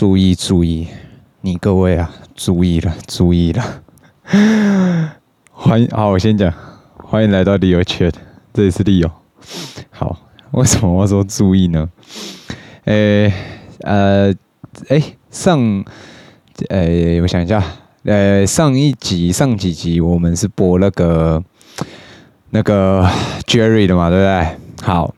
注意注意，你各位啊，注意了注意了。好，我先讲，欢迎来到 Leo Chat， 这里是 Leo。好，为什么我要说注意呢？我想一下，上几集我们是播那个 Jerry 的嘛，对不对？好，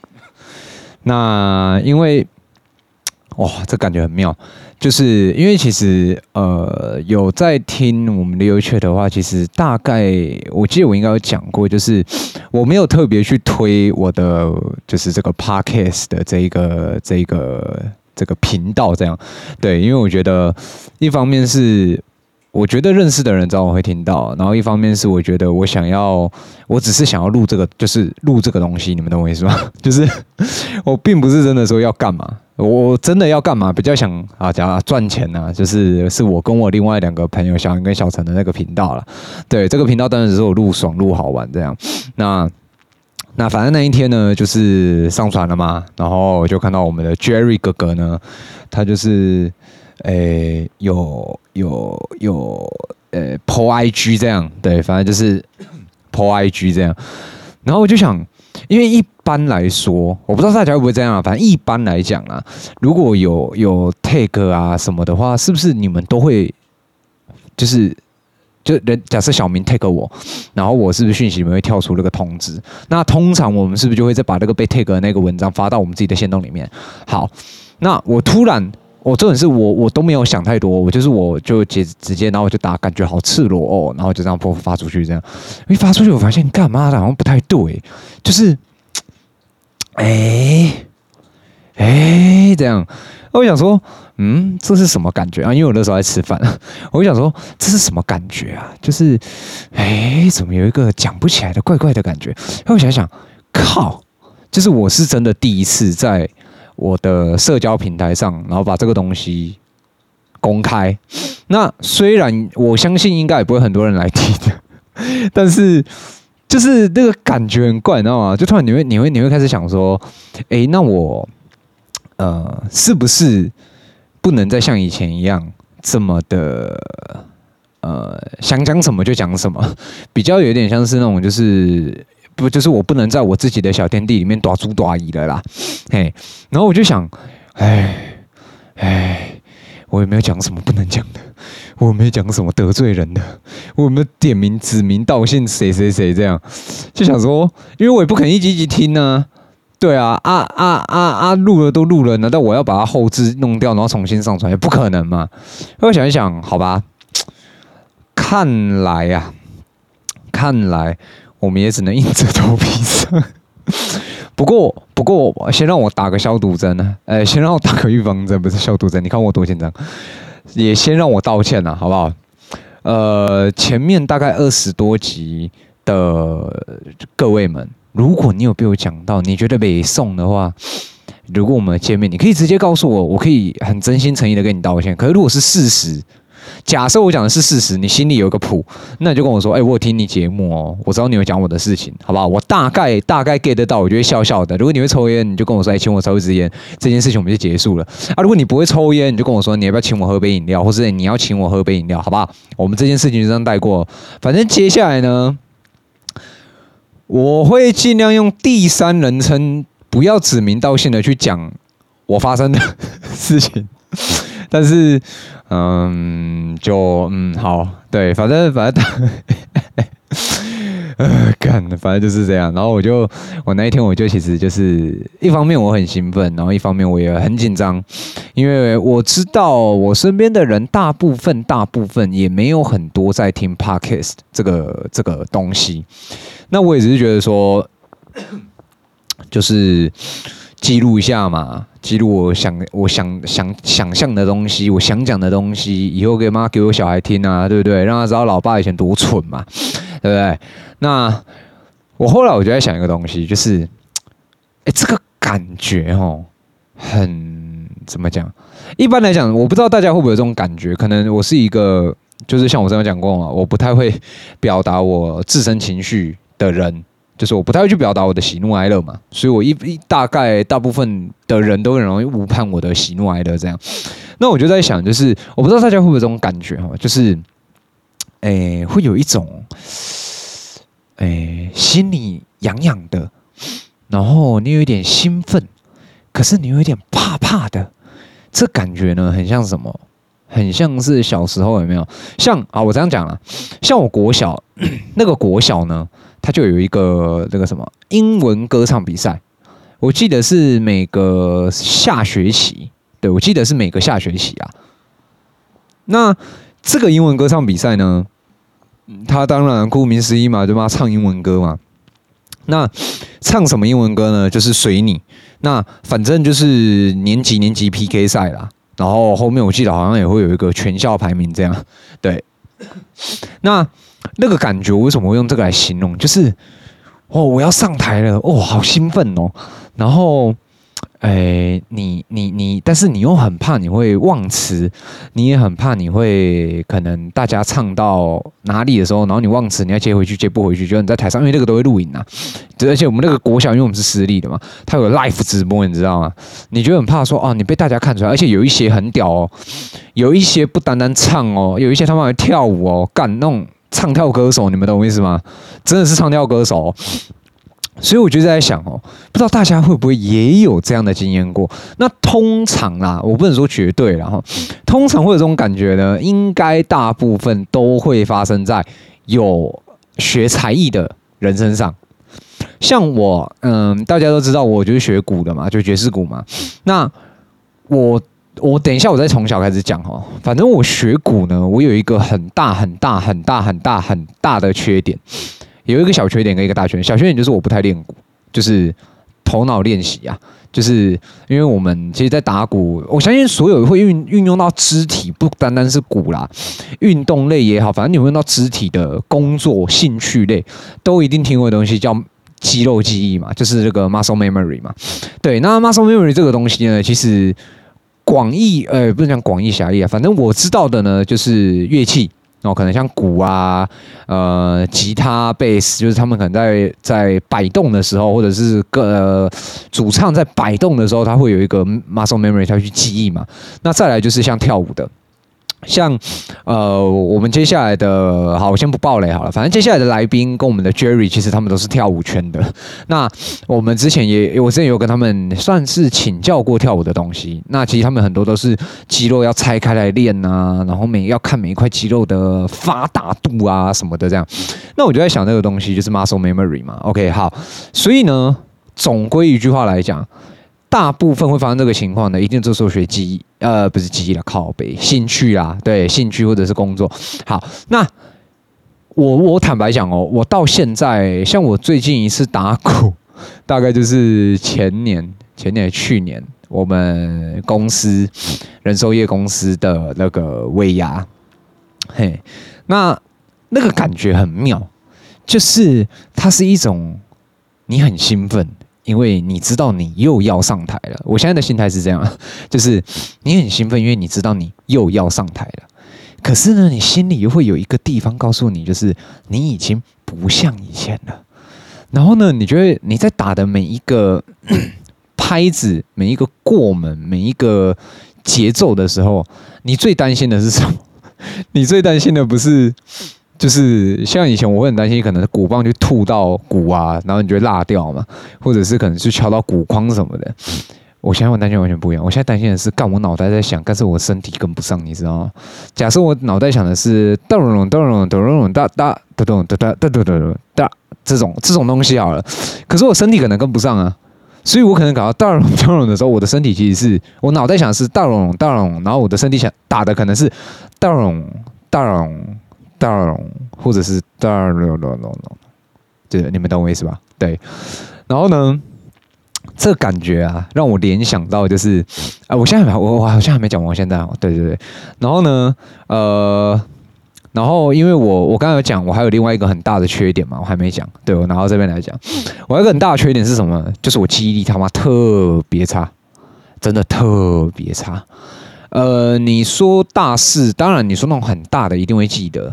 那因为这感觉很妙，就是因为其实有在听我们的 Leo Chat 的话，其实大概我记得我应该有讲过，就是我没有特别去推我的就是这个 Podcast 的这个频道这样，对，因为我觉得一方面是我觉得认识的人早晚会听到，然后一方面是我觉得我只是想要录这个，就是录这个东西，你们懂我意思吗？就是我并不是真的说要干嘛，我真的要干嘛，比较想讲赚钱啊，是我跟我另外2个朋友小云跟小陈的那个频道啦。对，这个频道当然只是我录爽录好玩这样。那反正那一天呢，就是上传了嘛，然后我就看到我们的 Jerry 哥哥呢，他就是有po IG 这样，对，反正就是po IG 这样。然后我就想，因为一般来说，我不知道大家会不会这样啊，反正一般来讲啊，如果有 tag 啊什么的话，是不是你们都会假设小明 tag 我，然后我是不是讯息里面会跳出那个通知？那通常我们是不是就会再把那个被 tag 的那个文章发到我们自己的限动里面？好，那我重点是我都没有想太多，我就直接，然后我就打感觉好赤裸哦，然后就这样发出去，这样一发出去，我发现干嘛的好像不太对，就是这样，我想说。这是什么感觉啊？因为我那时候在吃饭，我就想说这是什么感觉啊？就是怎么有一个讲不起来的怪怪的感觉？然后我想想，靠，就是我是真的第一次在我的社交平台上，然后把这个东西公开。那虽然我相信应该也不会很多人来听的，但是就是那个感觉很怪，你知道吗？就突然你会开始想说，那我是不是？不能再像以前一样这么的想讲什么就讲什么，比较有点像是那种就是我不能在我自己的小天地里面大猪大姨了啦，然后我就想，我有没有讲什么不能讲的？我有没有讲什么得罪人的？我有没有点名指名道姓谁这样？就想说，因为我也不肯一集听啊。对啊，录了都录了，难道我要把它后置弄掉，然后重新上传？也不可能嘛。我想一想，好吧，看来我们也只能硬着头皮上。不过，先让我打个消毒针呢，先让我打个预防针，不是消毒针。你看我多紧张，也先让我道歉啊，好不好？前面大概20多集的各位们。如果你有被我讲到，你觉得没送的话，如果我们见面，你可以直接告诉我，我可以很真心诚意的跟你道歉。可是如果是事实，假设我讲的是事实，你心里有一个谱，那你就跟我说，我有听你节目哦，我知道你有讲我的事情，好不好？我大概 get 得到，我就会笑笑的。如果你会抽烟，你就跟我说，请我抽一支烟，这件事情我们就结束了。如果你不会抽烟，你就跟我说，你要不要请我喝杯饮料，或是你要请我喝杯饮料，好不好？我们这件事情就这样带过。反正接下来呢。我会尽量用第三人称，不要指名道姓的去讲我发生的事情，但是，好，对，反正，反正就是这样。然后我那一天我就其实就是一方面我很兴奋，然后一方面我也很紧张，因为我知道我身边的人大部分也没有很多在听 Podcast 这个东西。那我也只是觉得说，就是记录一下嘛，记录我想象的东西，我想讲的东西，以后给我小孩听啊，对不对？让他知道老爸以前多蠢嘛，对不对？那我后来我就在想一个东西，就是，这个感觉很怎么讲？一般来讲，我不知道大家会不会有这种感觉，可能我是一个，就是像我之前讲过嘛，我不太会表达我自身情绪的人， 就是我不太会去表达我的喜怒哀乐嘛，所以我大概大部分的人都很容易误判我的喜怒哀乐这样。那我就在想，就是我不知道大家会不会有这种感觉哈，就是会有一种心里痒痒的，然后你有一点兴奋，可是你有一点怕怕的，这感觉呢很像什么？很像是小时候有没有？像啊，我这样讲啦，像我国小那个国小呢。他就有一个这个什么英文歌唱比赛，我记得是每个下学期，对，我记得是每个下学期啊。那这个英文歌唱比赛呢，他当然顾名思义嘛，对吧？唱英文歌嘛。那唱什么英文歌呢？就是随你。那反正就是年级 PK 赛啦，然后后面我记得好像也会有一个全校排名这样，对。那个感觉，我为什么会用这个来形容？就是我要上台了，好兴奋哦。然后，但是你又很怕你会忘词，你也很怕你会可能大家唱到哪里的时候，然后你忘词，你要接回去，接不回去，就你在台上，因为那个都会录影啊。而且我们那个国小，因为我们是私立的嘛，它有 live 直播，你知道吗？你就很怕说你被大家看出来，而且有一些很屌哦，有一些不单单唱哦，有一些他们还跳舞哦，干那种。唱跳歌手，你们懂我意思吗？真的是唱跳歌手，所以我就在想不知道大家会不会也有这样的经验过？那通常啦，我不能说绝对啦哈，通常会有这种感觉呢，应该大部分都会发生在有学才艺的人身上。像我，大家都知道，我就是学鼓的嘛，就爵士鼓嘛。那我等一下，我再从小开始讲哈。反正我学鼓呢，我有一个很大的缺点，有一个小缺点跟一个大缺点。小缺点就是我不太练鼓，就是头脑练习啊。就是因为我们其实，在打鼓，我相信所有会运用到肢体，不单单是鼓啦，运动类也好，反正你会用到肢体的工作、兴趣类，都一定听过的东西叫肌肉记忆嘛，就是这个 muscle memory 嘛。对，那 muscle memory 这个东西呢，其实。广义不是讲广义狭义啊，反正我知道的呢，就是乐器可能像鼓啊、吉他、贝斯，就是他们可能在摆动的时候，或者是主唱在摆动的时候，他会有一个 muscle memory， 他去记忆嘛。那再来就是像跳舞的。像我们接下来的，好，我先不爆雷好了。反正接下来的来宾跟我们的 Jerry， 其实他们都是跳舞圈的。那我之前有跟他们算是请教过跳舞的东西。那其实他们很多都是肌肉要拆开来练啊，然后要看每一块肌肉的发达度啊什么的这样。那我就在想这个东西就是 muscle memory 嘛。OK， 好，所以呢，总归一句话来讲。大部分会发生这个情况的，一定就是学不是记忆啦，靠北兴趣啦，对，兴趣或者是工作。好，那我坦白讲我到现在，像我最近一次打鼓，大概就是去年，我们公司人寿业公司的那个尾牙，嘿，那个感觉很妙，就是它是一种你很兴奋。因为你知道你又要上台了，我现在的心态是这样，就是你很兴奋，因为你知道你又要上台了。可是呢，你心里又会有一个地方告诉你，就是你已经不像以前了。然后呢，你觉得你在打的每一个拍子、每一个过门、每一个节奏的时候，你最担心的是什么？你最担心的不是？就是像以前我会很担心，可能鼓棒去吐到鼓啊，然后你就会落掉嘛，或者是可能去敲到鼓框什么的。我现在担心完全不一样，我现在担心的是，我脑袋在想，但是我身体跟不上，你知道吗？假设我脑袋想的是哒这种东西好了，可是我身体可能跟不上啊，所以我可能搞到大龙的时候，我的身体其实是我脑袋想的是大龙，然后我的身体想打的可能是大龙。或者是对，你们懂我意思吧？对，然后呢，这个感觉啊，让我联想到就是，我好像还没讲完，现在对，然后呢，然后因为我刚才有讲，我还有另外一个很大的缺点嘛，我还没讲，对，我拿到这边来讲，我有一个很大的缺点是什么？就是我记忆力他妈特别差，真的特别差。你说大事，当然你说那种很大的一定会记得。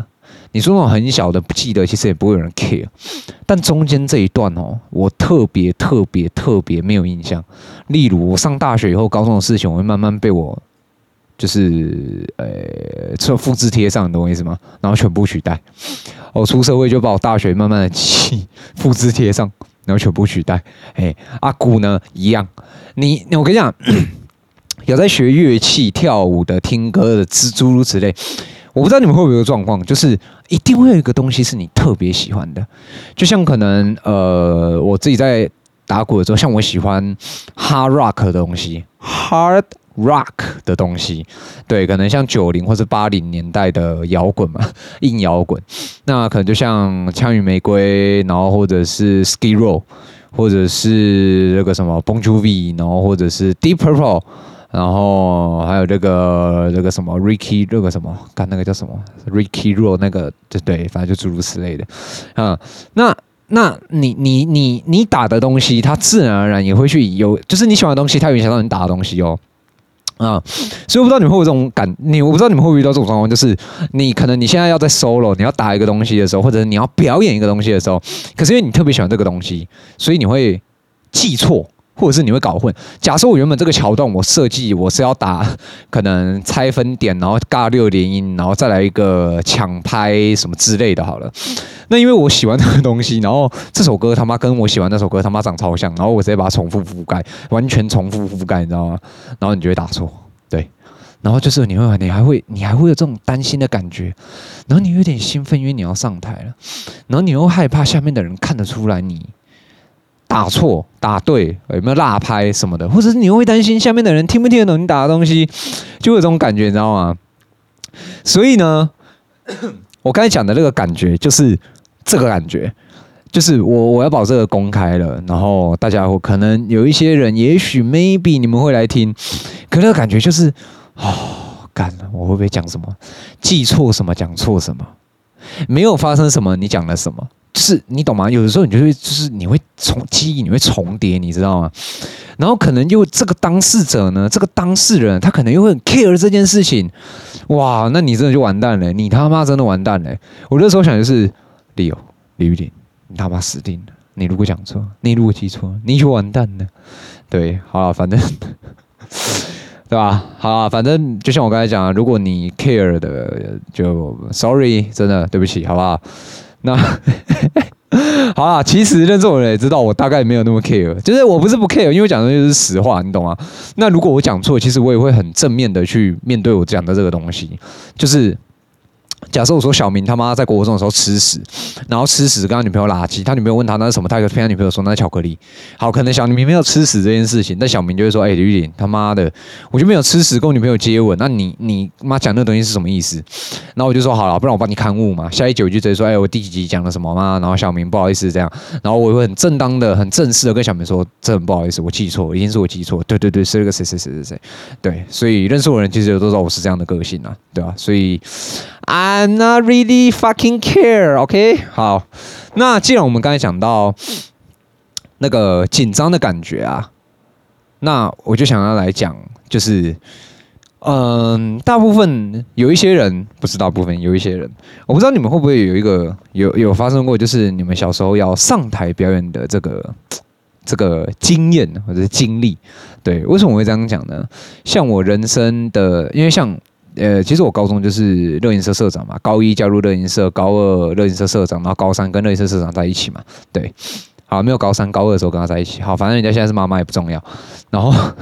你说那种很小的不记得，其实也不会有人 care。但中间这一段哦，我特别没有印象。例如我上大学以后，高中的事情，我会慢慢被我就是复制贴上，你懂我意思吗？然后全部取代。我出社会就把我大学慢慢的复制贴上，然后全部取代。鼓呢一样，我跟你讲，有在学乐器、跳舞的、听歌的，诸如此类。我不知道你们会不会有状况，就是一定会有一个东西是你特别喜欢的，就像可能我自己在打鼓的时候，像我喜欢 hard rock 的东西，hard rock 的东西，对，可能像90或是80年代的摇滚嘛，硬摇滚，那可能就像枪与玫瑰，然后或者是 Skid Row， 或者是那个什么 Bon Jovi， 然后或者是 Deep Purple。然后还有这个什么 Ricky 那个什么，干那个叫什么 Ricky Roll 那个，就对，反正就诸如此类的，那你打的东西，它自然而然也会去有，就是你喜欢的东西，它影响到你打的东西哦。所以我不知道你们会有这种我不知道你们会不会遇到这种状况，就是你可能你现在要在 solo， 你要打一个东西的时候，或者你要表演一个东西的时候，可是因为你特别喜欢这个东西，所以你会记错。或者是你会搞混。假设我原本这个桥段我设计我是要打可能拆分点，然后尬6连音，然后再来一个抢拍什么之类的好了。那因为我喜欢这个东西，然后这首歌他妈跟我喜欢那首歌他妈长超像，然后我直接把它重复覆盖，完全重复覆盖，你知道吗？然后你就会打错，对。然后就是你还会有这种担心的感觉，然后你有点兴奋，因为你要上台了，然后你又害怕下面的人看得出来你打错、打对，有没有落拍什么的，或者是你会担心下面的人听不听得懂你打的东西，就有这种感觉，你知道吗？所以呢，我刚才讲的那个感觉就是这个感觉，就是我要把这个公开了，然后大家可能有一些人，也许 maybe 你们会来听，可那个感觉就是干了，我会不会讲什么，记错什么，讲错什么，没有发生什么，你讲了什么？就是你懂吗？有的时候你就是你会记忆你会重叠，你知道吗？然后可能又这个当事者呢，这个当事人他可能又会很 care 这件事情，哇，那你真的就完蛋了，你他妈真的完蛋了。我那时候想就是李玉玲，你他妈死定了！你如果讲错，你如果记错，你就完蛋了。对，好了，反正对吧？好啦，反正就像我刚才讲的，如果你 care 的，就 sorry， 真的对不起，好不好？那好啦，其实认识我的人也知道，我大概没有那么 care， 就是我不是不 care， 因为我讲的就是实话，你懂吗？那如果我讲错，其实我也会很正面的去面对我讲的这个东西，就是。假设我说小明他妈在国中的时候吃屎，然后吃屎跟他女朋友拉鸡，他女朋友问他那是什么，他就骗他女朋友说那是巧克力。好，可能小明没有吃屎这件事情，但小明就会说，李玉玲他妈的，我就没有吃屎跟我女朋友接吻，那你妈讲那个东西是什么意思？然后我就说好了，不然我帮你刊物嘛。下一集我就直接说，我第几集讲了什么嘛？然后小明不好意思这样，然后我会很正当的、很正式的跟小明说，这很不好意思，我记错，一定是我记错。对，是那个谁，对，所以认识我的人其实都知道我是这样的个性啊，对吧？所以。I'm not really fucking care, OK？ 好，那既然我们刚才讲到那个紧张的感觉啊，那我就想要来讲，就是大部分有一些人，不是大部分有一些人，我不知道你们会不会有一个有发生过，就是你们小时候要上台表演的这个经验或者是经历。对，为什么我会这样讲呢？像我人生的，因为像。其实我高中就是热音社社长嘛，高一加入热音社，高二热音社社长，然后高三跟热音社社长在一起嘛。对，好，没有高三，高二的时候跟他在一起。好，反正人家现在是妈妈也不重要。然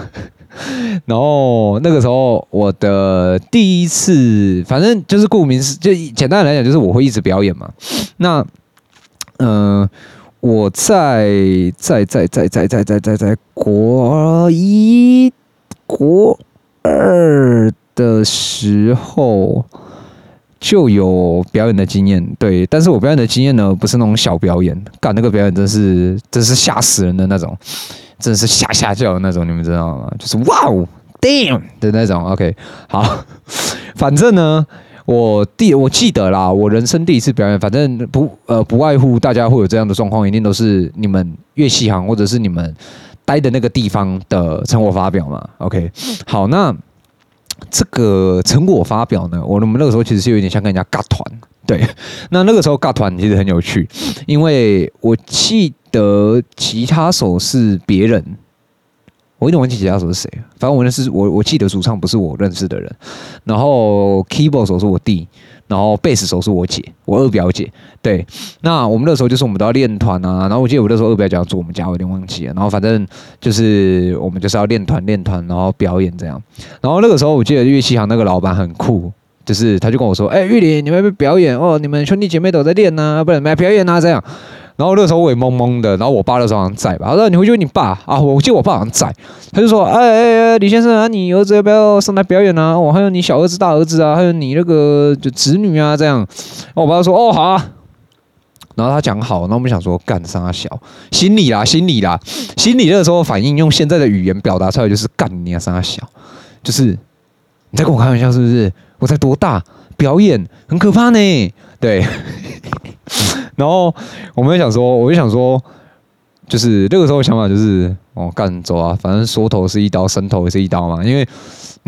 后那个时候我的第一次，反正就是顾名思，就简单的来讲，就是我会一直表演嘛。那我在国一、国二。的时候就有表演的经验，对，但是我表演的经验呢，不是那种小表演，干那个表演真是吓死人的那种，真的是吓叫的那种，你们知道吗？就是哇哦 ，damn 的那种。OK， 好，反正呢，我记得啦，我人生第一次表演，反正不外乎大家会有这样的状况，一定都是你们乐器行或者是你们待的那个地方的成果发表嘛。OK， 好，那。这个成果发表呢，我们那个时候其实是有点像跟人家尬团， 对，那个时候尬团其实很有趣，因为我记得吉他手是别人，我有点忘记吉他手是谁，反正我记得主唱不是我认识的人，然后 keyboard 手是我弟，然后贝斯手是我姐，我二表姐。对，那我们那时候就是我们都要练团啊，然后我记得我那时候二表姐要住我们家，我有点忘记了，然后反正就是我们就是要练团，然后表演这样。然后那个时候我记得乐器行那个老板很酷。就是他就跟我说，玉林，你们要不要表演哦？你们兄弟姐妹都在练啊，不然你们来表演啊，这样。然后那时候我也懵懵的，然后我爸那时候好像在吧，他说你回去问你爸啊，我记得我爸好像在，他就说，李先生啊，你儿子要不要上来表演啊？还有你小儿子、大儿子啊，还有你那个就侄女啊，这样。然后我爸就说，好啊。然后他讲好，然后我们想说干啥小，心里那个时候反应用现在的语言表达出来就是干你啊啥小，就是你在跟我开玩笑是不是？我才多大，表演很可怕呢。对，然后我就想说，就是那个时候想法就是，干走啊，反正缩头是一刀，伸头也是一刀嘛。因为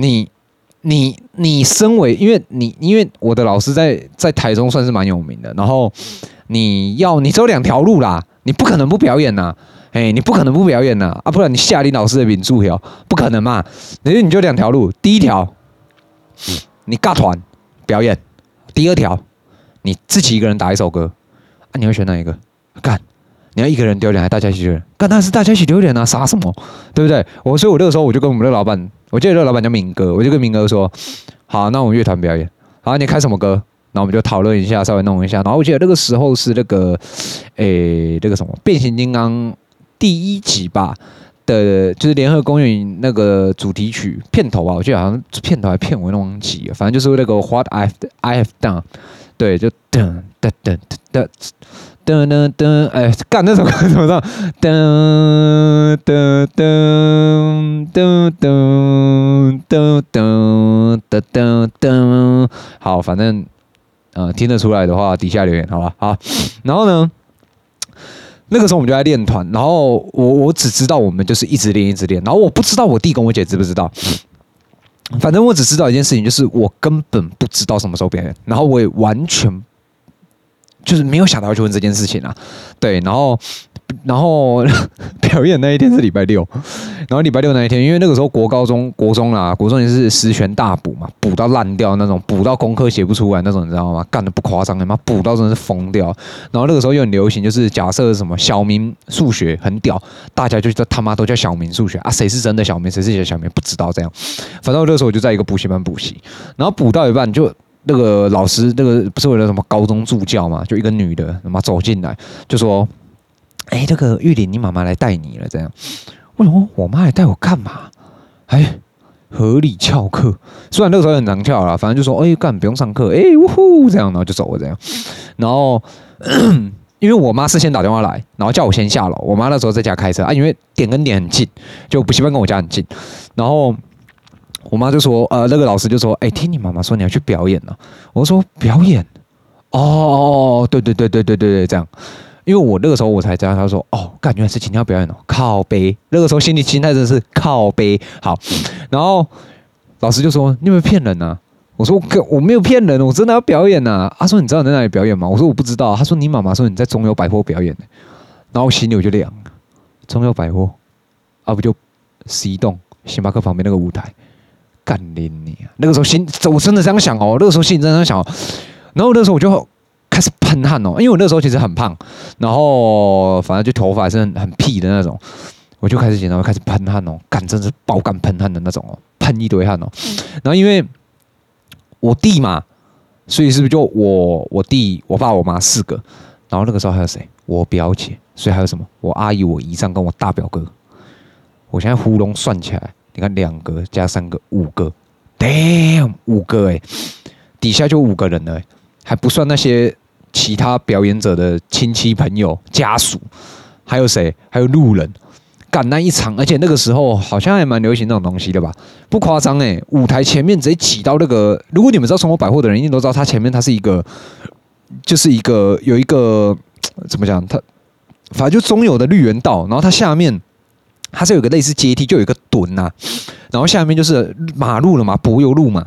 你身为，因为我的老师在台中算是蛮有名的，然后你只有2条路啦，你不可能不表演呐。你不可能不表演呐，不然你下你老师的名注条，不可能嘛。你就2条路，第一条。你尬团表演，第2条，你自己一个人打一首歌，你会选哪一个？干，你要一个人丢脸，还大家一起丢脸？干，那是大家一起丢脸啊，傻什么？对不对？所以我那个时候我就跟我们的老板，我记得那个老板叫明哥，我就跟明哥说，好，那我们乐团表演，好，你开什么歌？然后我们就讨论一下，稍微弄一下。然后我记得那个时候是那个什么变形金刚第1集吧。就是联合公园那个主题曲片头吧，我记得好像是片头还片尾都忘记了，反正就是那个 What I have done， 对，就噔噔噔噔噔噔噔，干那首歌怎么唱？噔噔噔噔噔噔噔噔噔噔，好，反正听得出来的话，底下留言好吧，好，然后呢？那个时候我们就在练团，然后我只知道我们就是一直练，然后我不知道我弟跟我姐知不知道，反正我只知道一件事情，就是我根本不知道什么时候表演，然后我也完全就是没有想到要去问这件事情啊，对，然后表演那一天是礼拜6，然后礼拜6那一天，因为那个时候国中也是十全大补嘛，补到烂掉那种，补到功课写不出来那种，你知道吗？干得不夸张，他妈补到真的是疯掉。然后那个时候又很流行，就是假设什么小明数学很屌，大家就他妈都叫小明数学啊，谁是真的小明，谁是假的小明不知道这样。反正那个时候我就在一个补习班补习，然后补到一半就。那个老师，那个不是有那什么高中助教嘛，就一个女的，他妈走进来就说。这个玉林，你妈妈来带你了，这样。为什么我妈来带我干嘛？合理翘课。虽然那个时候很常翘啦，反正就说，干不用上课，呜呼，这样，然后就走了这样。然后，因为我妈是先打电话来，然后叫我先下楼。我妈那时候在家开车啊，因为点跟点很近，就补习班跟我家很近。然后我妈就说，那个老师就说，听你妈妈说你要去表演了。我说表演？哦，对，这样。因为我那个时候我才知道，他说干原来是今天要表演靠背。那个时候心态真的是靠背。好，然后老师就说你有没有骗人啊？我说我没有骗人，我真的要表演啊。他说你知道你在哪里表演吗？我说我不知道。他说你妈妈说你在中友百货表演然后我心里我就凉，中友百货不就11栋星巴克旁边那个舞台，干你啊！那个时候我真的这样想那个时候心里真的这样想然后那时候我就。开始喷汗因为我那时候其实很胖，然后反正就头发还是很屁的那种，我就开始紧张，开始喷汗干真是爆干喷汗的那种喷一堆汗然后因为我弟嘛，所以是不是就我弟、我爸、我妈4个，然后那个时候还有谁？我表姐，所以还有什么？我阿姨、我姨丈跟我大表哥。我现在糊弄算起来，你看2个加3个，5个 ，damn， 5个底下就5个人了还不算那些。其他表演者的亲戚朋友家属，还有谁？还有路人，干那一场，而且那个时候好像还蛮流行那种东西的吧？不夸张舞台前面直接挤到那个，如果你们知道中国百货的人一定都知道，它前面它是一个，就是有一个怎么讲？它反正就中友的绿园道，然后它下面是有一个类似阶梯，就有一个墩然后下面就是马路了嘛，柏油路嘛。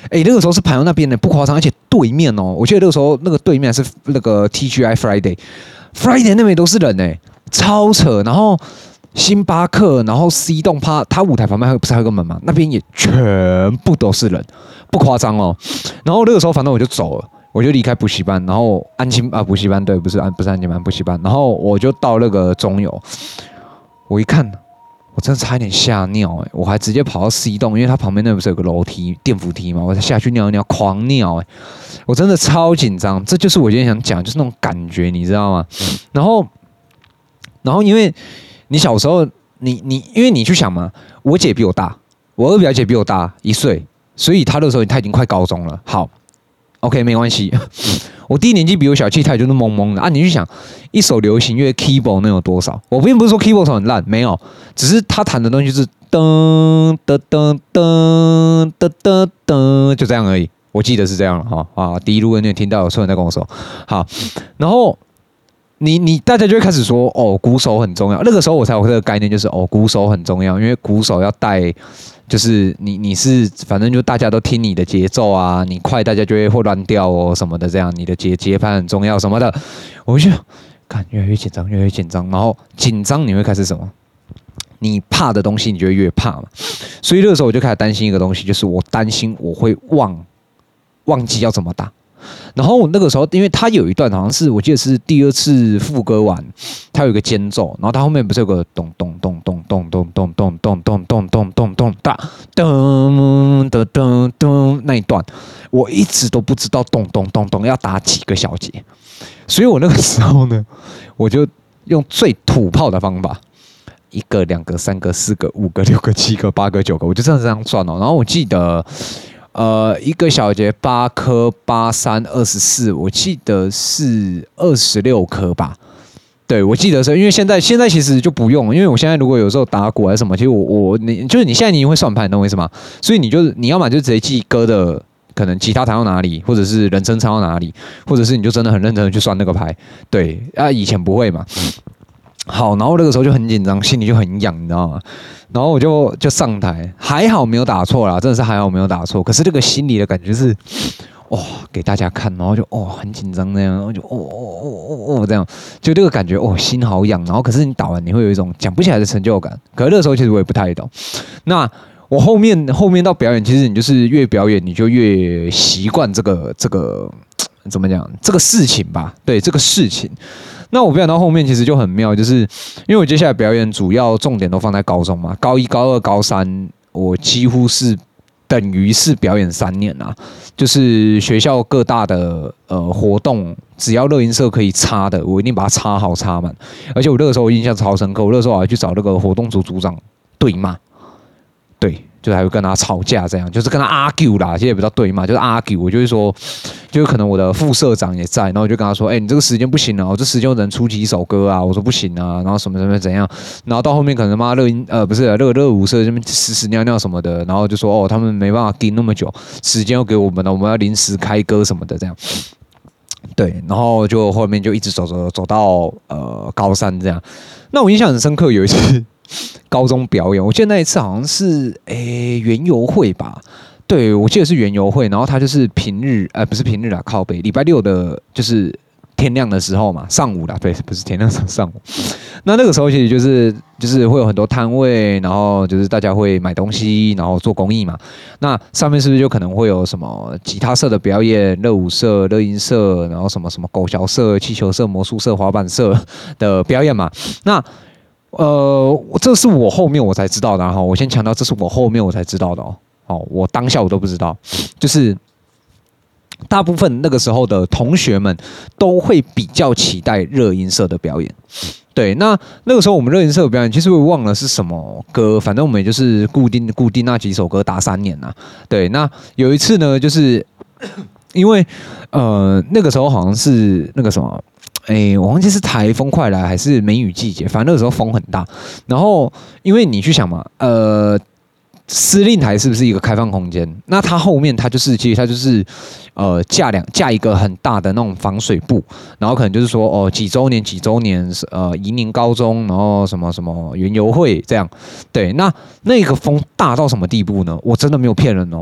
那个时候是排到那边的，不夸张，而且对面哦，我记得那个时候那个对面是那个 TGI Friday 那边都是人超扯。然后星巴克，然后 C 栋它舞台旁边不是还有个门吗？那边也全部都是人，不夸张哦。然后那个时候反正我就走了。我就离开补习班，然后补习班对，不是安亲班，补习班，然后我就到那个中友，我一看，我真的差一点吓尿我还直接跑到 C 栋，因为它旁边那不是有个楼梯电扶梯嘛，我才下去尿一尿，狂尿我真的超紧张，这就是我今天想讲，就是那种感觉，你知道吗？然后因为你小时候，因为你去想嘛，我姐比我大，我二表姐比我大1岁，所以她那时候她已经快高中了，好。OK， 没关系。我弟年纪比我小，其实他也就是懵懵的啊。你去想，一首流行乐 keyboard 能有多少？我并不是说 keyboard 手很烂，没有，只是他弹的东西就是噔噔噔噔噔噔噔，就这样而已。我记得是这样了哈啊。第一，如果你有听到有人在跟我说，好，然后大家就会开始说，鼓手很重要。那个时候我才有这个概念，就是鼓手很重要，因为鼓手要带。就是你是反正就大家都听你的节奏啊，你快大家就会乱掉什么的，这样你的节拍很重要什么的，我就看越来越紧张，越来越紧张，然后紧张你会开始什么？你怕的东西你就会越怕嘛，所以那个时候我就开始担心一个东西，就是我担心我会忘记要怎么打。然后那个时候，因为他有一段好像是我记得是第2次副歌完，他有一个间奏，然后他后面不是有个咚咚咚咚咚咚咚咚咚咚咚咚咚咚哒噔噔噔噔那一段，我一直都不知道咚咚咚咚要打几个小节，所以我那个时候呢，我就用最土炮的方法，1个、2个、3个、4个、5个、6个、7个、8个、9个，我就这样算然后我记得。1个小节8颗，8、3、24，我记得是26颗吧。对，我记得是，因为现在其实就不用，因为我现在如果有时候打鼓还是什么，其实就是你现在你会算盘，你懂我意思吗？所以你要么就直接记歌的可能吉他弹到哪里，或者是人声唱到哪里，或者是你就真的很认真的去算那个牌。对啊，以前不会嘛。好，然后那个时候就很紧张，心里就很痒，你知道吗？然后我就上台，还好没有打错啦，真的是还好没有打错。可是这个心里的感觉是，给大家看，然后就很紧张那样，然后就这样，就这个感觉心好痒。然后可是你打完你会有一种讲不起来的成就感。可是那个时候其实我也不太懂。那我后面到表演，其实你就是越表演你就越习惯这个怎么讲这个事情吧？对，这个事情。那我表演到后面其实就很妙，就是因为我接下来表演主要重点都放在高中嘛，高1、高2、高3，我几乎是等于是表演3年啦。就是学校各大的活动，只要热音社可以插的，我一定把它插好插满。而且我那个时候我印象超深刻，我那个时候还去找那个活动组组长对骂，对。就还会跟他吵架，这样就是跟他 argue 啦，其实也不叫对骂，就是 argue。我就会说，就是可能我的副社长也在，然后我就跟他说，你这个时间不行啊，我这时间我只能出几首歌啊，我说不行啊，然后什么怎样，然后到后面可能妈不是热舞社这边屎尿尿什么的，然后就说他们没办法盯那么久，时间要给我们了，我们要临时开歌什么的这样。对，然后就后面就一直走到高3这样。那我印象很深刻，有一次。高中表演，我记得那一次好像是园游会吧，对我记得是园游会，然后他就是平日不是平日啦，靠北礼拜6的，就是天亮的时候嘛，上午啦，对，不是天亮上午。那个时候其实就是会有很多摊位，然后就是大家会买东西，然后做公益嘛。那上面是不是就可能会有什么吉他社的表演、热舞社、热音社，然后什么狗小社、气球社、魔术社、滑板社的表演嘛？那这是我后面我才知道的哈。我先强调，这是我后面我才知道的我当下我都不知道，就是大部分那个时候的同学们都会比较期待热音社的表演。对，那个时候我们热音社的表演，其实我忘了是什么歌，反正我们也就是固定那几首歌打3年啦。对，那有一次呢，就是因为那个时候好像是那个什么。我忘记是台风快来还是梅雨季节，反正那个时候风很大。然后因为你去想嘛，司令台是不是一个开放空间？那它后面它就是其实它就是架一个很大的那种防水布，然后可能就是说几周年宜宁高中，然后什么什么园游会这样。对，那个风大到什么地步呢？我真的没有骗人哦。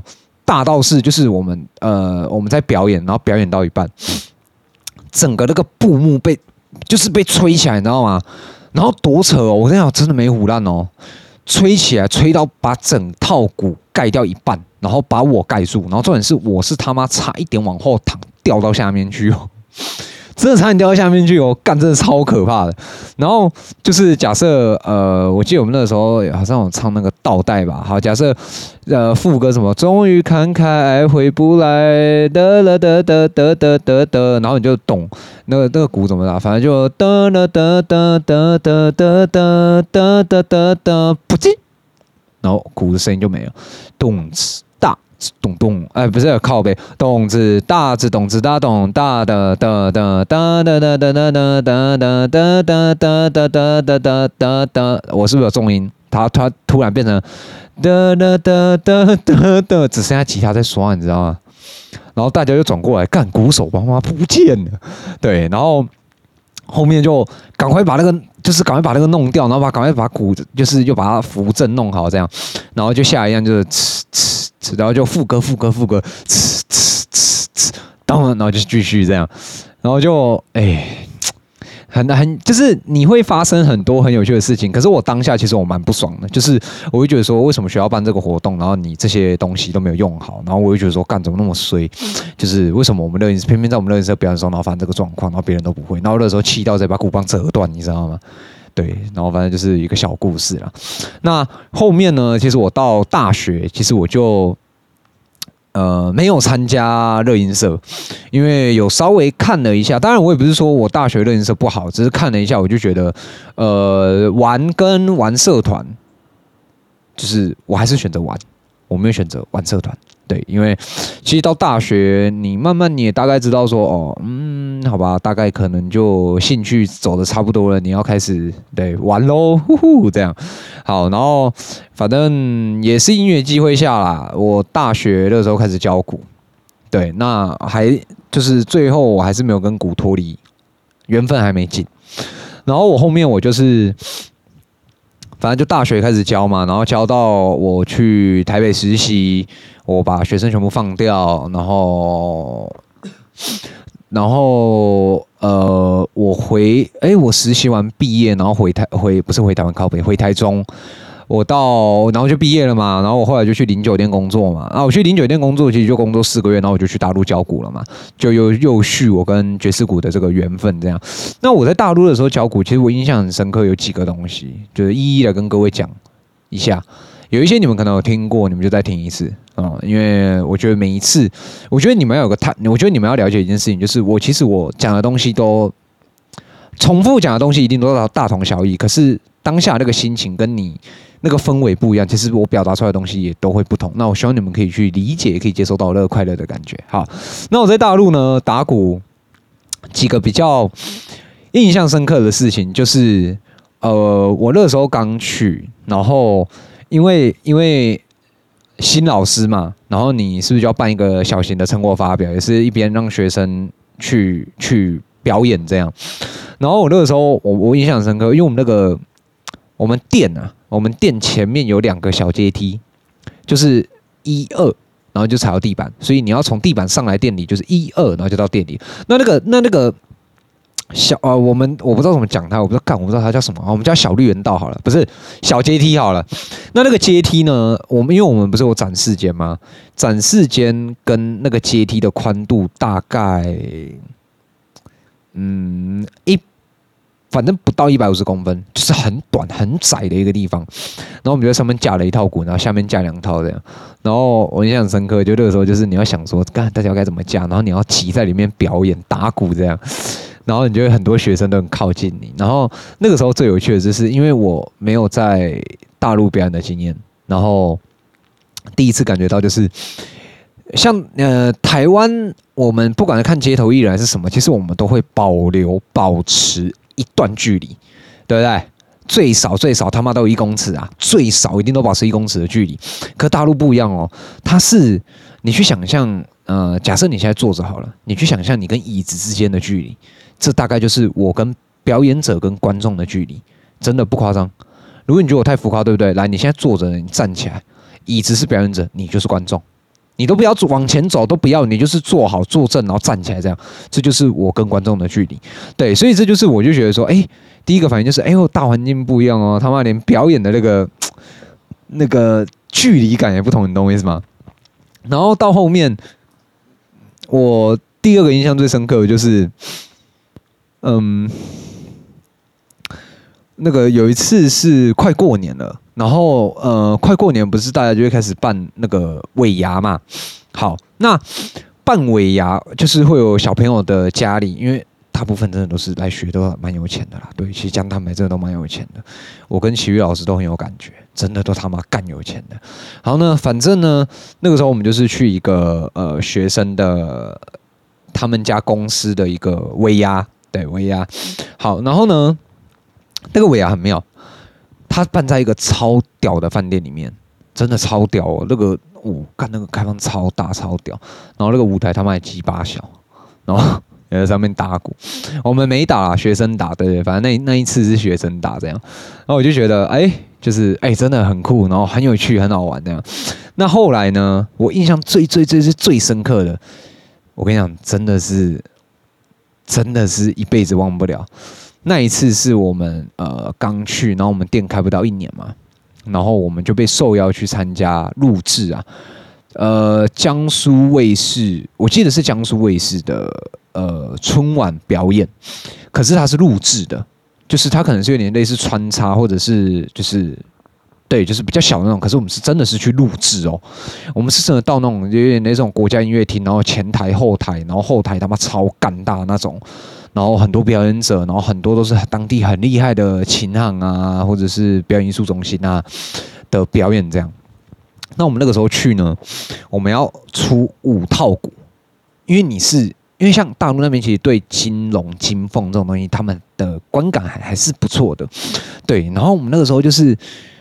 大到是就是我们在表演，然后表演到一半，整个那个布幕被吹起来，你知道吗？然后多扯哦！我跟你讲，真的没唬烂哦，吹起来，吹到把整套鼓盖掉一半，然后把我盖住，然后重点是我是他妈差一点往后躺，掉到下面去哦。真的差点掉到下面去哦，干真的超可怕的。然后就是假设我记得我们那个时候好像有唱那个倒带吧，好，假设副歌什么，终于看开爱回不来，得了得得得得得得，然后你就懂那个鼓怎么打，反正就得了得得得得得得得得得得，不进，然后鼓的声音就没了，咚子。咚咚，不是靠背，咚子大子咚子大咚大的的的的的的的的的的的的的的的的，我是不是有重音？他突然变成的的的的的的，只剩下吉他在刷，你知道吗？然后大家就转过来，干鼓手把妈不见了，对，然后后面就赶快把那个弄掉，然后赶快把鼓就是又把它扶正弄好这样，然后就下一样就是然后就副歌，当然后就继续这样，然后就很就是你会发生很多很有趣的事情，可是我当下其实我蛮不爽的，就是我会觉得说为什么学校办这个活动，然后你这些东西都没有用好，然后我会觉得说干怎么那么衰，就是为什么我们热音偏偏在我们热音社表演的时候，然后发生这个状况，然后别人都不会，然后那时候气到再把鼓棒折断，你知道吗？对，然后反正就是一个小故事啦。那后面呢，其实我到大学，其实我就没有参加热音社，因为有稍微看了一下。当然，我也不是说我大学热音社不好，只是看了一下，我就觉得玩社团，就是我还是选择玩，我没有选择玩社团。对，因为其实到大学，你慢慢你也大概知道说，好吧，大概可能就兴趣走的差不多了，你要开始对玩喽，呼呼，这样。好，然后反正也是因缘机会下啦，我大学的时候开始教鼓，对，那还就是最后我还是没有跟鼓脱离，缘分还没尽。然后我后面我就是。反正就大学开始教嘛，然后教到我去台北实习，我把学生全部放掉，然后我实习完毕业，然后不是回台湾靠北，回台中，然后就毕业了嘛，然后我后来就去零酒店工作嘛，我去零酒店工作其实就工作4个月，然后我就去大陆教鼓了嘛，就又续我跟爵士鼓的这个缘分这样。那我在大陆的时候教鼓，其实我印象很深刻，有几个东西，就是一一的跟各位讲一下。有一些你们可能有听过，你们就再听一次因为我觉得每一次，我觉得你们要了解一件事情，就是其实我讲的东西都重复讲的东西一定都大同小异，可是当下那个心情跟你那个氛围不一样，其实我表达出来的东西也都会不同。那我希望你们可以去理解，可以接受到那个快乐的感觉。好，那我在大陆呢打鼓几个比较印象深刻的事情，就是我那时候刚去，然后因为新老师嘛，然后你是不是就要办一个小型的成果发表，也是一边让学生去表演这样。然后我那个时候我印象很深刻，因为我们店前面有2个小阶梯，就是1、2，然后就踩到地板，所以你要从地板上来店里，就是1、2，然后就到店里。那个我不知道怎么讲它，我不知道它叫什么，我们叫小绿园道好了，不是小阶梯好了。那个阶梯呢，因为我们不是有展示间吗？展示间跟那个阶梯的宽度大概反正不到150公分，就是很短很窄的一个地方。然后我们就在上面架了1套鼓，然后下面架2套这样。然后我印象很深刻，就那个时候就是你要想说，大家该怎么架，然后你要骑在里面表演打鼓这样。然后你就会很多学生都很靠近你。然后那个时候最有趣的就是，因为我没有在大陆表演的经验，然后第一次感觉到就是像台湾，我们不管是看街头艺人还是什么，其实我们都会保持一段距离，对不对？最少他妈都有1公尺啊，最少一定都保持1公尺的距离。可大陆不一样哦，它是你去想象，假设你现在坐着好了，你去想象你跟椅子之间的距离，这大概就是我跟表演者跟观众的距离，真的不夸张。如果你觉得我太浮夸，对不对？来，你现在坐着，你站起来，椅子是表演者，你就是观众。 你都不要往前走，都不要，你就是坐好坐正，然后站起来这样，这就是我跟观众的距离。对，所以这就是我就觉得说，第一个反应就是，大环境不一样哦，他妈连表演的那个距离感也不同，你懂我意思吗？然后到后面，我第二个印象最深刻的就是，那个有一次是快过年了，然后快过年不是大家就会开始办那个尾牙嘛？好，那办尾牙就是会有小朋友的家里，因为大部分真的都是来学都蛮有钱的啦。对，其实讲他们真的都蛮有钱的，我跟奇遇老师都很有感觉，真的都他妈干有钱的。然后呢，反正呢，那个时候我们就是去一个学生的他们家公司的一个尾牙，对尾牙。好，然后呢，那个尾牙很妙，它办在一个超屌的饭店里面，真的超屌哦。那个干那个开放超大超屌，然后那个舞台他妈还鸡巴小，然后也在上面打鼓。我们没打啦，学生打，对，反正那一次是学生打这样。然后我就觉得，就是真的很酷，然后很有趣，很好玩这样。那后来呢，我印象最深刻的，我跟你讲，真的是一辈子忘不了。那一次是我们刚去，然后我们店开不到1年嘛，然后我们就被受邀去参加录制啊，江苏卫视，我记得是江苏卫视的春晚表演，可是它是录制的，就是它可能是有点类似穿插，或者是就是对，就是比较小的那种，可是我们是真的是去录制哦，我们是真的到那种有点那种国家音乐厅，然后前台后台，然后后台他妈超干大那种。然后很多表演者，然后很多都是当地很厉害的琴行啊，或者是表演艺术中心啊的表演这样。那我们那个时候去呢，我们要出5套鼓，因为像大陆那边其实对金龙、金凤这种东西，他们的观感还是不错的，对。然后我们那个时候就是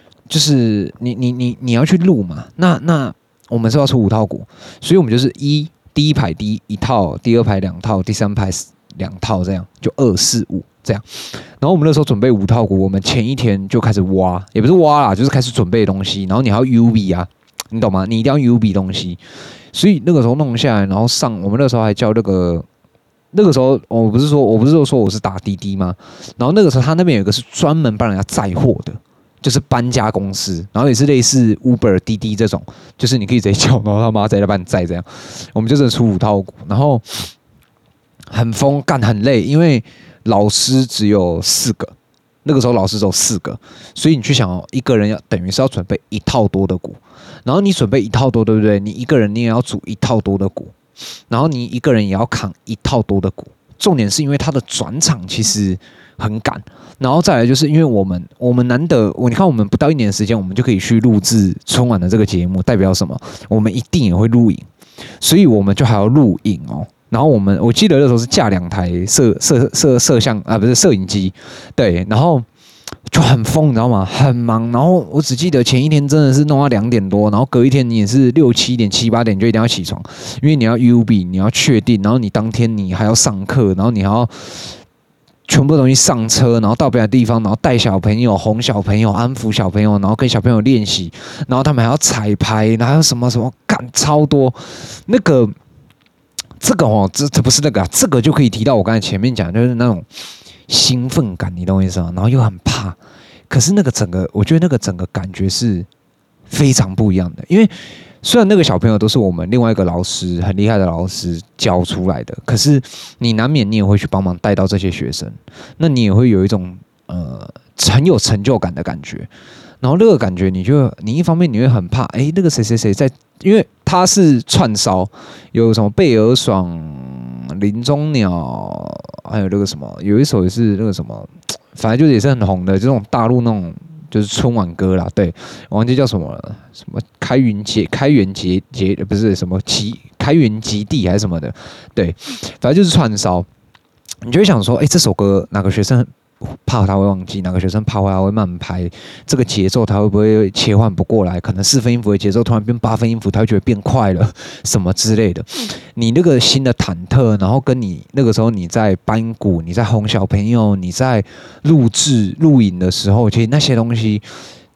你要去录嘛，那我们是要出5套鼓，所以我们就是第一排第一套，第2排2套，第3排2套这样，就2、4、5这样。然后我们那时候准备5套鼓，我们前一天就开始挖，也不是挖啦，就是开始准备东西。然后你还要 UV 啊，你懂吗？你一定要 UV 东西。所以那个时候弄下来，然后我们那时候还叫那个时候我不是说我是打滴滴吗？然后那个时候他那边有一个是专门帮人家载货的，就是搬家公司，然后也是类似 Uber、滴滴这种，就是你可以直接叫，然后他妈直接来帮你载这样。我们就真的出5套鼓，然后很疯干很累，因为老师只有4个，那个时候老师只有4个，所以你去想哦，一个人等于是要准备1套多的鼓，然后你准备1套多，对不对？你一个人你也要组1套多的鼓，然后你一个人也要扛1套多的鼓。重点是因为它的转场其实很赶，然后再来就是因为我们难得，你看我们不到1年的时间，我们就可以去录制春晚的这个节目，代表什么？我们一定也会录影，所以我们就还要录影哦。然后我记得那时候是架2台摄像啊，不是摄影机，对，然后就很疯，你知道吗？很忙。然后我只记得前一天真的是弄到2点多，然后隔一天你也是6、7点、7、8点就一定要起床，因为你要 UB， 你要确定，然后你当天你还要上课，然后你还要全部东西上车，然后到别的地方，然后带小朋友、哄小朋友、安抚小朋友，然后跟小朋友练习，然后他们还要彩排，然后还有什么干超多那个。这个这不是那个这个就可以提到我刚才前面讲，就是那种兴奋感，你懂我意思吗？然后又很怕，可是我觉得那个整个感觉是非常不一样的。因为虽然那个小朋友都是我们另外一个老师很厉害的老师教出来的，可是你难免你也会去帮忙带到这些学生，那你也会有一种很有成就感的感觉。然后那个感觉，你一方面你会很怕，那个谁在，因为他是串烧，有什么贝尔爽、林中鸟，还有那个什么，有一首也是那个什么，反正就也是很红的这种大陆那种就是春晚歌啦，对，我忘记叫什么了，什么开元节不是什么开元极地还是什么的，对，反正就是串烧，你就会想说，这首歌哪个学生怕他会忘记，哪个学生怕他会慢拍，这个节奏他会不会切换不过来？可能4分音符的节奏突然变8分音符，他会觉得变快了，什么之类的。你那个心的忐忑，然后跟你那个时候你在搬鼓，你在哄小朋友，你在录影的时候，其实那些东西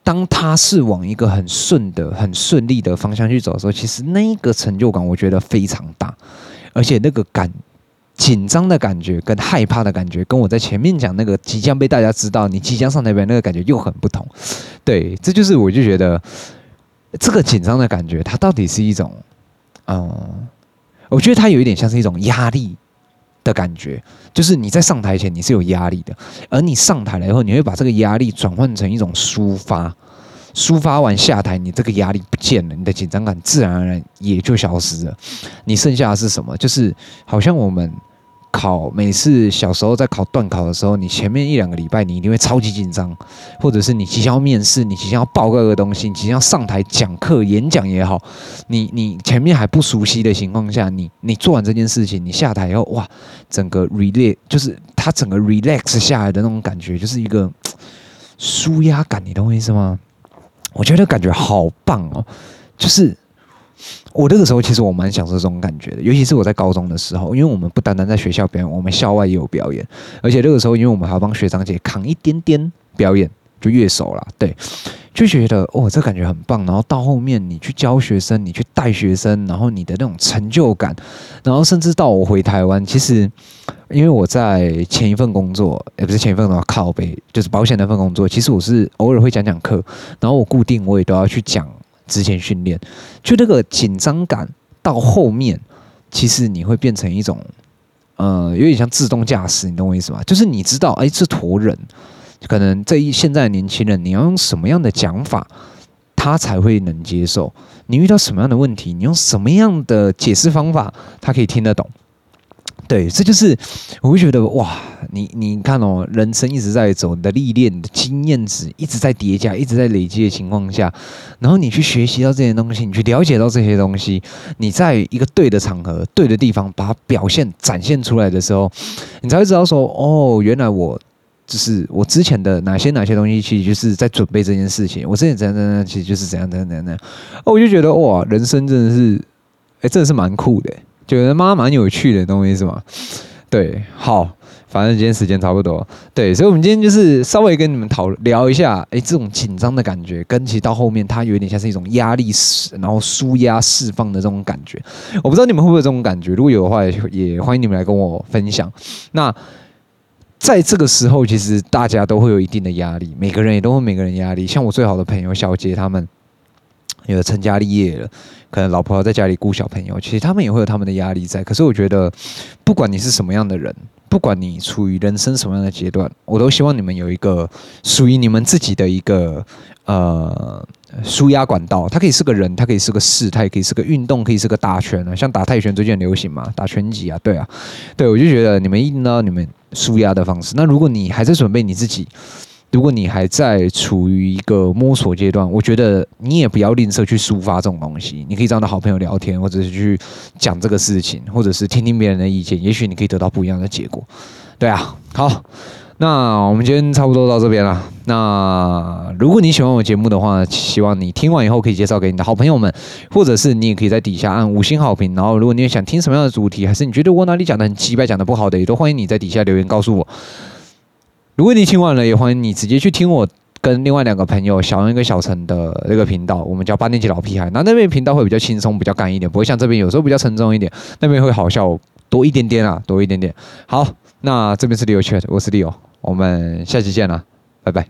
当他是往一个很顺利的方向去走的时候，其实那一个成就感我觉得非常大，而且那个紧张的感觉跟害怕的感觉，跟我在前面讲那个即将被大家知道你即将上台表演那个感觉又很不同。对，这就是我就觉得这个紧张的感觉，它到底是一种，我觉得它有一点像是一种压力的感觉，就是你在上台前你是有压力的，而你上台了以后，你会把这个压力转换成一种抒发。抒发完下台，你这个压力不见了，你的紧张感自然而然也就消失了。你剩下的是什么？就是好像我们每次小时候在考段考的时候，你前面1-2个礼拜你一定会超级紧张，或者是你即将要面试，你即将要报告个东西，你即将要上台讲课演讲也好，你前面还不熟悉的情况下，你做完这件事情，你下台以后，哇，整个 relax 就是它整个 relax 下来的那种感觉，就是一个舒压感，你懂我意思吗？我觉得感觉好棒哦，就是我那个时候其实我蛮享受这种感觉的，尤其是我在高中的时候，因为我们不单单在学校表演，我们校外也有表演，而且那个时候因为我们还要帮学长姐扛一点点表演，就乐手啦，对，就觉得这感觉很棒。然后到后面你去教学生，你去带学生，然后你的那种成就感，然后甚至到我回台湾，其实因为我在前一份工作，也不是前一份工作，靠北就是保险那份工作，其实我是偶尔会讲讲课，然后我固定我也都要去讲之前训练，就那个紧张感到后面，其实你会变成一种有点像自动驾驶，你懂我意思吗？就是你知道，这坨人。可能现在的年轻人，你要用什么样的讲法，他才会能接受？你遇到什么样的问题，你用什么样的解释方法，他可以听得懂？对，这就是我会觉得哇，你看哦，人生一直在走，你的历练、你的经验值一直在叠加、一直在累积的情况下，然后你去学习到这些东西，你去了解到这些东西，你在一个对的场合、对的地方把它展现出来的时候，你才会知道说，原来就是我之前的哪些东西，其实就是在准备这件事情。我之前怎样，其实就是怎样。我就觉得哇，人生真的是，真的是蛮酷的，觉得蛮有趣的，懂我意思吗？对，好，反正今天时间差不多，对，所以我们今天就是稍微跟你们聊一下，这种紧张的感觉，跟其实到后面它有点像是一种压力，然后抒压释放的这种感觉。我不知道你们会不会有这种感觉，如果有的话，也欢迎你们来跟我分享。那在这个时候，其实大家都会有一定的压力，每个人也都会每个人压力。像我最好的朋友小杰，他们有成家立业了，可能老婆要在家里顾小朋友，其实他们也会有他们的压力在。可是我觉得，不管你是什么样的人，不管你处于人生什么样的阶段，我都希望你们有一个属于你们自己的一个抒压管道。它可以是个人，它可以是个事，它也可以是个运动，可以是个打拳啊，像打泰拳最近很流行嘛，打拳击啊，对啊，对，我就觉得你们一定要你们抒压的方式。那如果你还在准备你自己，如果你还在处于一个摸索阶段，我觉得你也不要吝啬去抒发这种东西。你可以找你的好朋友聊天，或者是去讲这个事情，或者是听听别人的意见，也许你可以得到不一样的结果。对啊，好。那我们今天差不多到这边了。那如果你喜欢我节目的话，希望你听完以后可以介绍给你的好朋友们，或者是你也可以在底下按5星好评。然后，如果你也想听什么样的主题，还是你觉得我哪里讲的很鸡掰、讲的不好的，也都欢迎你在底下留言告诉我。如果你听完了，也欢迎你直接去听我跟另外2个朋友小恩跟小陈的那个频道，我们叫8年级老屁孩。那边频道会比较轻松、比较干一点，不会像这边有时候比较沉重一点，那边会好笑多一点点啊，多一点点。好。那这边是 Leo Chat， 我是 Leo， 我们下期见啦，拜拜。